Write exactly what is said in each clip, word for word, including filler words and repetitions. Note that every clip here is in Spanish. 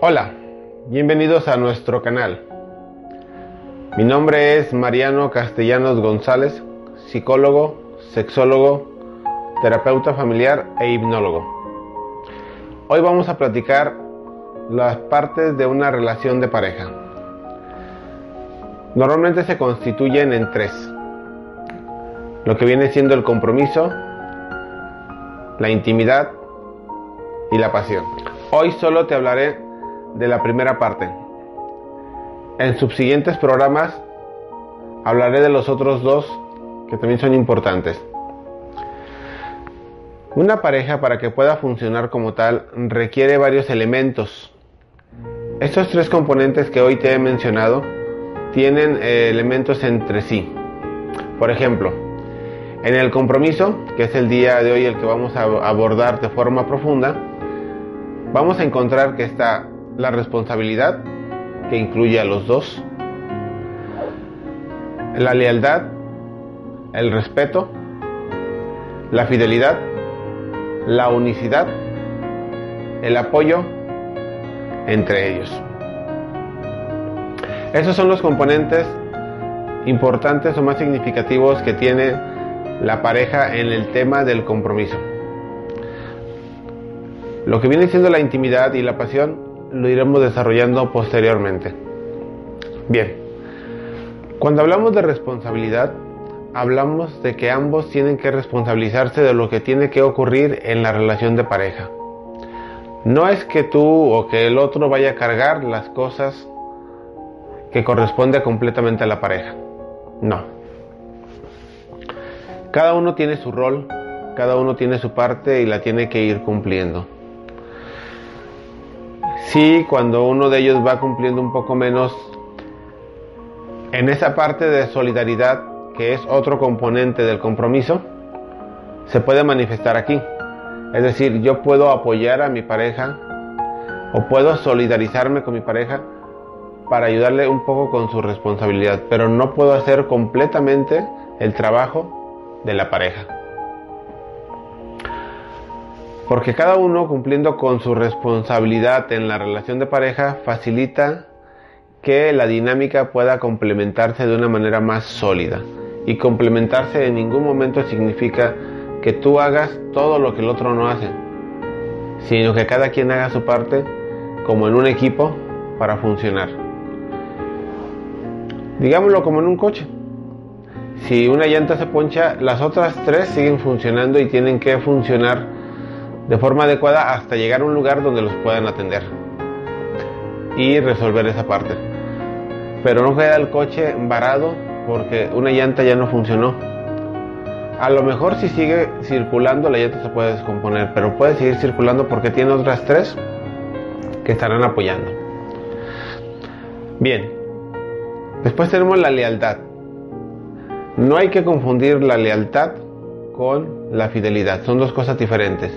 Hola, bienvenidos a nuestro canal. Mi nombre es Mariano Castellanos González, psicólogo, sexólogo, terapeuta familiar e hipnólogo. Hoy vamos a platicar las partes de una relación de pareja. Normalmente se constituyen en tres: lo que viene siendo el compromiso, la intimidad y la pasión. Hoy solo te hablaré de la primera parte. En subsiguientes programas hablaré de los otros dos, que también son importantes. Una pareja, para que pueda funcionar como tal, requiere varios elementos. Estos tres componentes que hoy te he mencionado tienen eh, elementos entre sí. Por ejemplo, en el compromiso, que es el día de hoy el que vamos a abordar de forma profunda, vamos a encontrar que está la responsabilidad, que incluye a los dos, la lealtad, el respeto, la fidelidad, la unicidad, el apoyo entre ellos. Esos son los componentes importantes o más significativos que tiene la pareja en el tema del compromiso. Lo que viene siendo la intimidad y la pasión lo iremos desarrollando posteriormente. Bien, cuando hablamos de responsabilidad, hablamos de que ambos tienen que responsabilizarse de lo que tiene que ocurrir en la relación de pareja. No es que tú o que el otro vaya a cargar las cosas que corresponde completamente a la pareja. No. Cada uno tiene su rol, cada uno tiene su parte y la tiene que ir cumpliendo. Sí, cuando uno de ellos va cumpliendo un poco menos en esa parte de solidaridad, que es otro componente del compromiso, se puede manifestar aquí. Es decir, yo puedo apoyar a mi pareja o puedo solidarizarme con mi pareja para ayudarle un poco con su responsabilidad, pero no puedo hacer completamente el trabajo de la pareja. Porque cada uno, cumpliendo con su responsabilidad en la relación de pareja, facilita que la dinámica pueda complementarse de una manera más sólida. Y complementarse en ningún momento significa que tú hagas todo lo que el otro no hace, sino que cada quien haga su parte como en un equipo para funcionar. Digámoslo como en un coche. Si una llanta se poncha, las otras tres siguen funcionando y tienen que funcionar de forma adecuada hasta llegar a un lugar donde los puedan atender y resolver esa parte. Pero no queda el coche varado porque una llanta ya no funcionó. A lo mejor si sigue circulando la llanta se puede descomponer, pero puede seguir circulando porque tiene otras tres que estarán apoyando. Bien, después tenemos la lealtad. No hay que confundir la lealtad con la fidelidad, son dos cosas diferentes.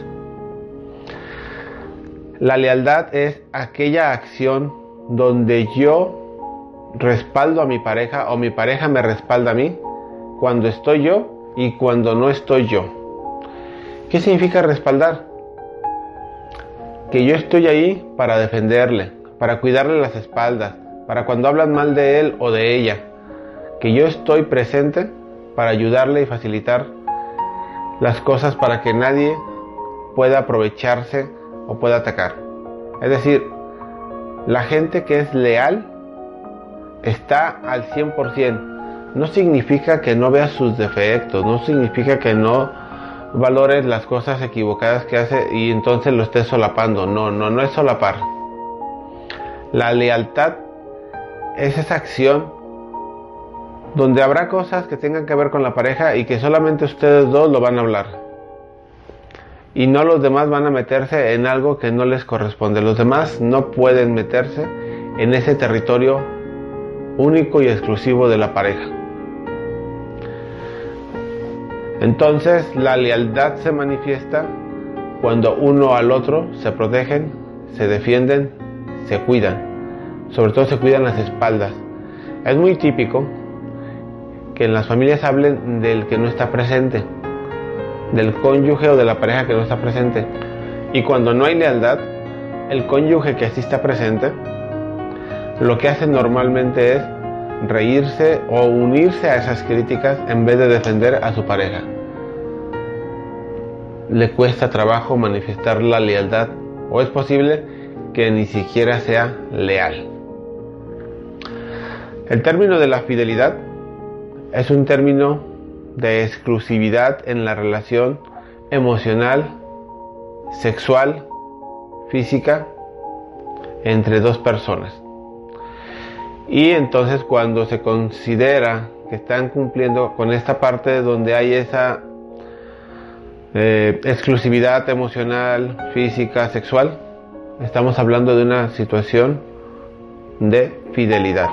La lealtad es aquella acción donde yo respaldo a mi pareja o mi pareja me respalda a mí cuando estoy yo y cuando no estoy yo. ¿Qué significa respaldar? Que yo estoy ahí para defenderle, para cuidarle las espaldas, para cuando hablan mal de él o de ella, que yo estoy presente para ayudarle y facilitar las cosas para que nadie pueda aprovecharse o puede atacar. Es decir, la gente que es leal está al cien por ciento. No significa que no veas sus defectos, no significa que no valores las cosas equivocadas que hace y entonces lo estés solapando. No, no, no es solapar. La lealtad es esa acción donde habrá cosas que tengan que ver con la pareja y que solamente ustedes dos lo van a hablar. Y no los demás van a meterse en algo que no les corresponde. Los demás no pueden meterse en ese territorio único y exclusivo de la pareja. Entonces la lealtad se manifiesta cuando uno al otro se protegen, se defienden, se cuidan. Sobre todo se cuidan las espaldas. Es muy típico que en las familias hablen del que no está presente, del cónyuge o de la pareja que no está presente. Y cuando no hay lealtad, el cónyuge que sí está presente, lo que hace normalmente es reírse o unirse a esas críticas en vez de defender a su pareja. Le cuesta trabajo manifestar la lealtad, o es posible que ni siquiera sea leal. El término de la fidelidad es un término de exclusividad en la relación emocional, sexual, física entre dos personas. Y entonces cuando se considera que están cumpliendo con esta parte donde hay esa eh, exclusividad emocional, física, sexual, estamos hablando de una situación de fidelidad.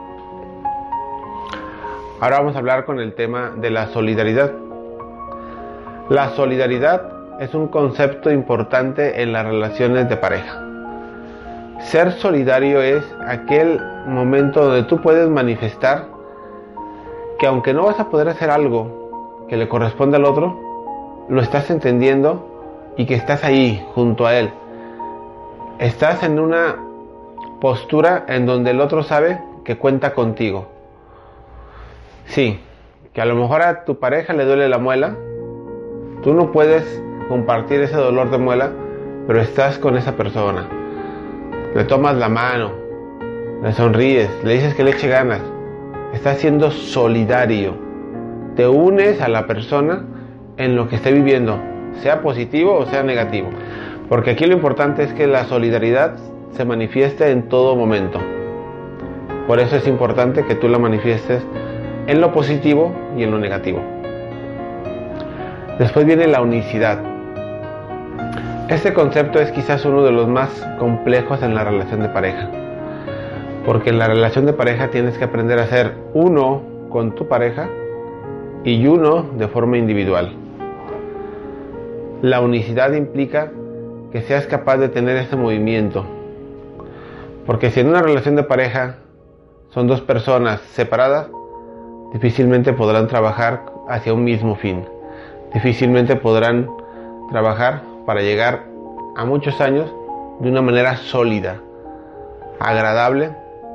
Ahora vamos a hablar con el tema de la solidaridad. La solidaridad es un concepto importante en las relaciones de pareja. Ser solidario es aquel momento donde tú puedes manifestar que aunque no vas a poder hacer algo que le corresponde al otro, lo estás entendiendo y que estás ahí junto a él. Estás en una postura en donde el otro sabe que cuenta contigo. Sí, que a lo mejor a tu pareja le duele la muela, tú no puedes compartir ese dolor de muela, pero estás con esa persona. Le tomas la mano, le sonríes, le dices que le eche ganas. Estás siendo solidario. Te unes a la persona en lo que esté viviendo, sea positivo o sea negativo. Porque aquí lo importante es que la solidaridad se manifieste en todo momento. Por eso es importante que tú la manifiestes en lo positivo y en lo negativo. Después viene la unicidad. Este concepto es quizás uno de los más complejos en la relación de pareja. Porque en la relación de pareja tienes que aprender a ser uno con tu pareja y uno de forma individual. La unicidad implica que seas capaz de tener ese movimiento. Porque si en una relación de pareja son dos personas separadas, difícilmente podrán trabajar hacia un mismo fin. Difícilmente podrán trabajar para llegar a muchos años de una manera sólida, agradable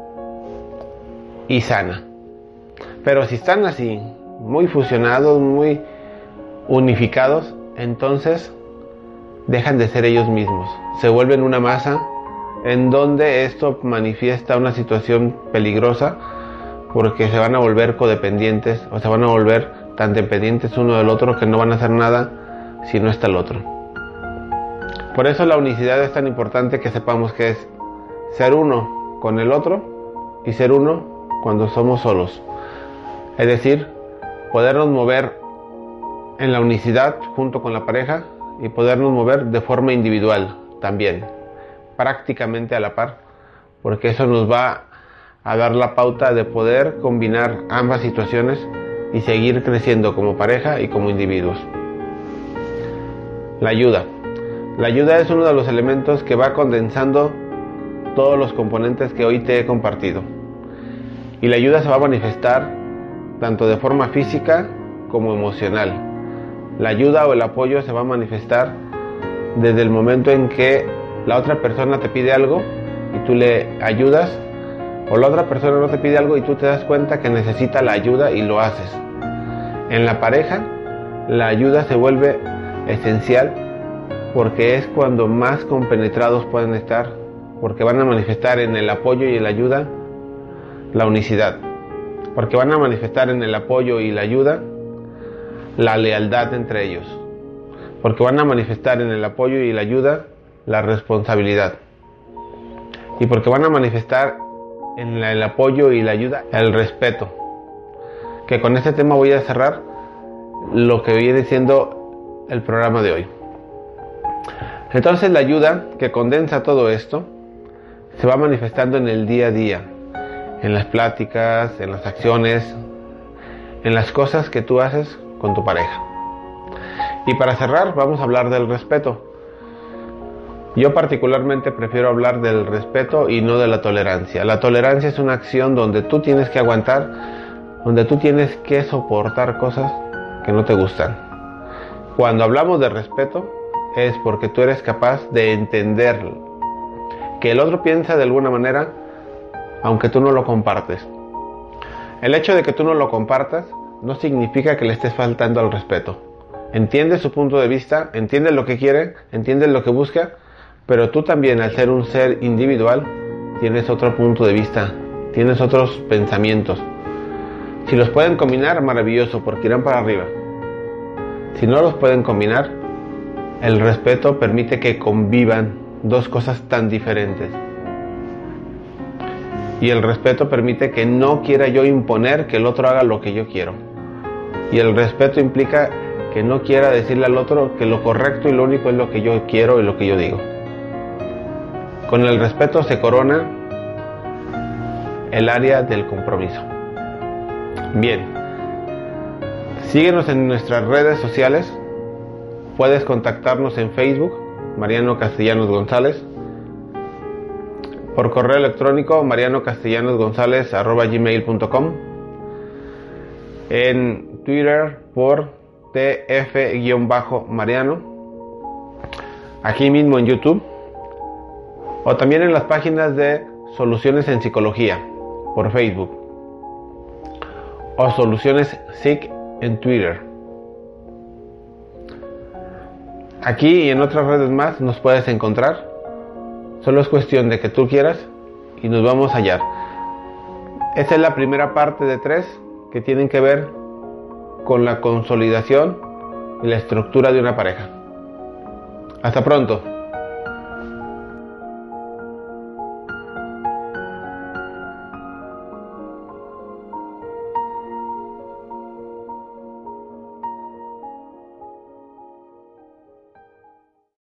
y sana. Pero si están así, muy fusionados, muy unificados, entonces dejan de ser ellos mismos. Se vuelven una masa en donde esto manifiesta una situación peligrosa, porque se van a volver codependientes o se van a volver tan dependientes uno del otro que no van a hacer nada si no está el otro. Por eso la unicidad es tan importante, que sepamos que es ser uno con el otro y ser uno cuando somos solos. Es decir, podernos mover en la unicidad junto con la pareja y podernos mover de forma individual también, prácticamente a la par, porque eso nos va a dar la pauta de poder combinar ambas situaciones y seguir creciendo como pareja y como individuos. La ayuda. La ayuda es uno de los elementos que va condensando todos los componentes que hoy te he compartido. Y la ayuda se va a manifestar tanto de forma física como emocional. La ayuda o el apoyo se va a manifestar desde el momento en que la otra persona te pide algo y tú le ayudas, o la otra persona no te pide algo y tú te das cuenta que necesita la ayuda y lo haces. En la pareja, la ayuda se vuelve esencial porque es cuando más compenetrados pueden estar, porque van a manifestar en el apoyo y en la ayuda la unicidad, porque van a manifestar en el apoyo y la ayuda la lealtad entre ellos, porque van a manifestar en el apoyo y la ayuda la responsabilidad, y porque van a manifestar en el apoyo y la ayuda el respeto. Que con este tema voy a cerrar lo que viene siendo el programa de hoy. Entonces la ayuda que condensa todo esto se va manifestando en el día a día, en las pláticas, en las acciones, en las cosas que tú haces con tu pareja. Y para cerrar vamos a hablar del respeto. Yo particularmente prefiero hablar del respeto y no de la tolerancia. La tolerancia es una acción donde tú tienes que aguantar, donde tú tienes que soportar cosas que no te gustan. Cuando hablamos de respeto es porque tú eres capaz de entender que el otro piensa de alguna manera, aunque tú no lo compartes. El hecho de que tú no lo compartas no significa que le estés faltando al respeto. Entiende su punto de vista, entiende lo que quiere, entiende lo que busca, pero tú también, al ser un ser individual, tienes otro punto de vista, tienes otros pensamientos. Si los pueden combinar, maravilloso, porque irán para arriba. Si no los pueden combinar, el respeto permite que convivan dos cosas tan diferentes. Y el respeto permite que no quiera yo imponer que el otro haga lo que yo quiero. Y el respeto implica que no quiera decirle al otro que lo correcto y lo único es lo que yo quiero y lo que yo digo. Con el respeto se corona el área del compromiso. Bien, síguenos en nuestras redes sociales. Puedes contactarnos en Facebook, Mariano Castellanos González. Por correo electrónico, mariano castellanos gonzález arroba gmail punto com. En Twitter por T F-Mariano. Aquí mismo en YouTube. O también en las páginas de Soluciones en Psicología por Facebook. O Soluciones Psic en Twitter. Aquí y en otras redes más nos puedes encontrar. Solo es cuestión de que tú quieras y nos vamos a hallar. Esta es la primera parte de tres que tienen que ver con la consolidación y la estructura de una pareja. Hasta pronto.